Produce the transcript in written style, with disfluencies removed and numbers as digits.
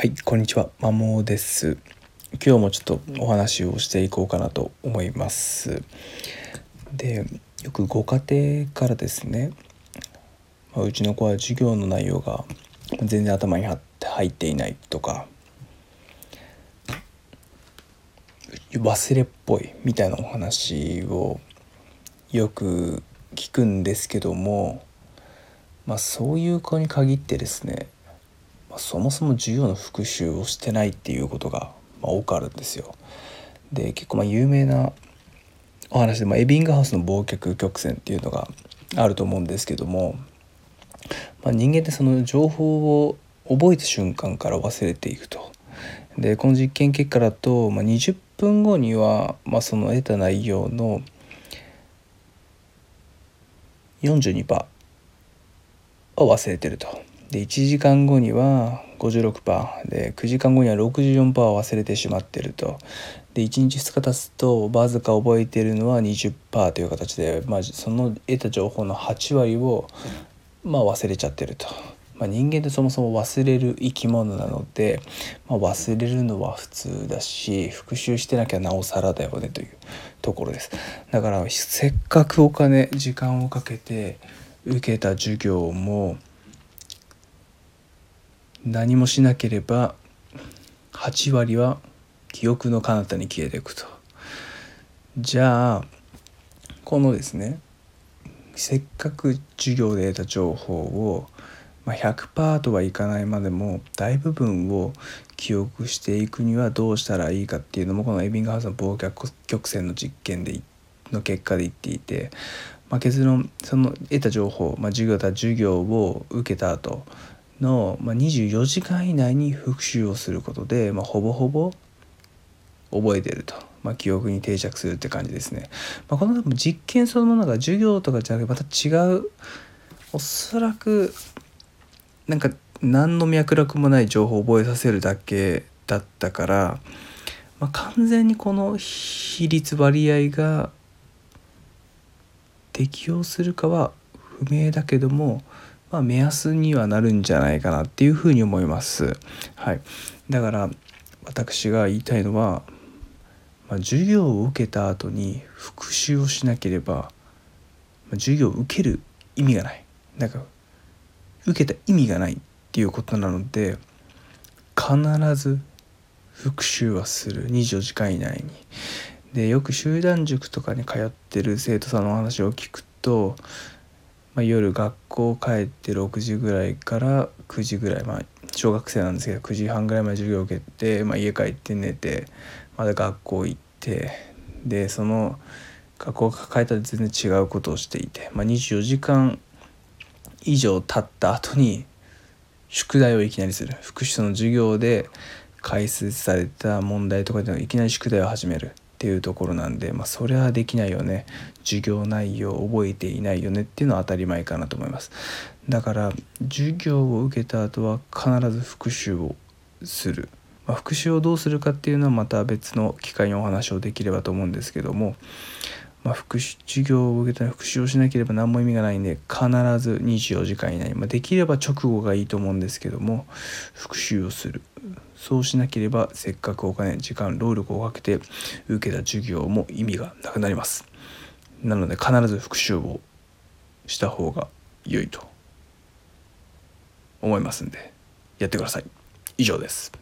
はい、こんにちは、まもです。今日もちょっとお話をしていこうかなと思います。で、よくご家庭からですね、うちの子は授業の内容が全然頭に入っていないとか、忘れっぽいみたいなお話をよく聞くんですけども、そういう子に限ってですね、そもそも授業の復習をしてないっていうことが多くあるんですよ。で、結構有名なお話で、エビングハウスの忘却曲線っていうのがあると思うんですけども、人間ってその情報を覚えた瞬間から忘れていくと。で、この実験結果だと、20分後には、その得た内容の 42% を忘れてると。で、1時間後には 56% で、9時間後には 64% 忘れてしまっていると。で、1日2日経つとわずか覚えているのは 20% という形で、その得た情報の8割を忘れちゃってると。人間ってそもそも忘れる生き物なので、忘れるのは普通だし、復習してなきゃなおさらだよねというところです。だからせっかくお金時間をかけて受けた授業も何もしなければ8割は記憶の彼方に消えていくと。じゃあこのですね、せっかく授業で得た情報を、100% とはいかないまでも大部分を記憶していくにはどうしたらいいかっていうのも、このエビングハウスの忘却曲線の実験の結果で言っていて、結論、その得た情報、授業を受けた後の、24時間以内に復習をすることで、ほぼほぼ覚えてると、記憶に定着するって感じですね。この実験そのものが授業とかじゃなくてまた違う、おそらく何の脈絡もない情報を覚えさせるだけだったから、完全にこの比率割合が適用するかは不明だけども、目安にはなるんじゃないかなっていうふうに思います。はい、だから私が言いたいのは、授業を受けた後に復習をしなければ、授業を受ける意味がない、受けた意味がないっていうことなので、必ず復習はする、24時間以内に。で、よく集団塾とかに通ってる生徒さんの話を聞くと、夜学校帰って6時ぐらいから9時ぐらい、小学生なんですけど9時半ぐらいまで授業を受けて、家帰って寝て、また学校行って、でその学校帰ったら全然違うことをしていて、24時間以上経った後に宿題をいきなりする。復習の授業で解説された問題とかでいきなり宿題を始めるっていうところなんで、それはできないよね、授業内容を覚えていないよねっていうのは当たり前かなと思います。だから授業を受けた後は必ず復習をする。復習をどうするかっていうのはまた別の機会にお話をできればと思うんですけども、授業を受けたら復習をしなければ何も意味がないんで、必ず24時間以内、できれば直後がいいと思うんですけども、復習をする。そうしなければせっかくお金、時間、労力をかけて受けた授業も意味がなくなります。なので必ず復習をした方が良いと思いますんで、やってください。以上です。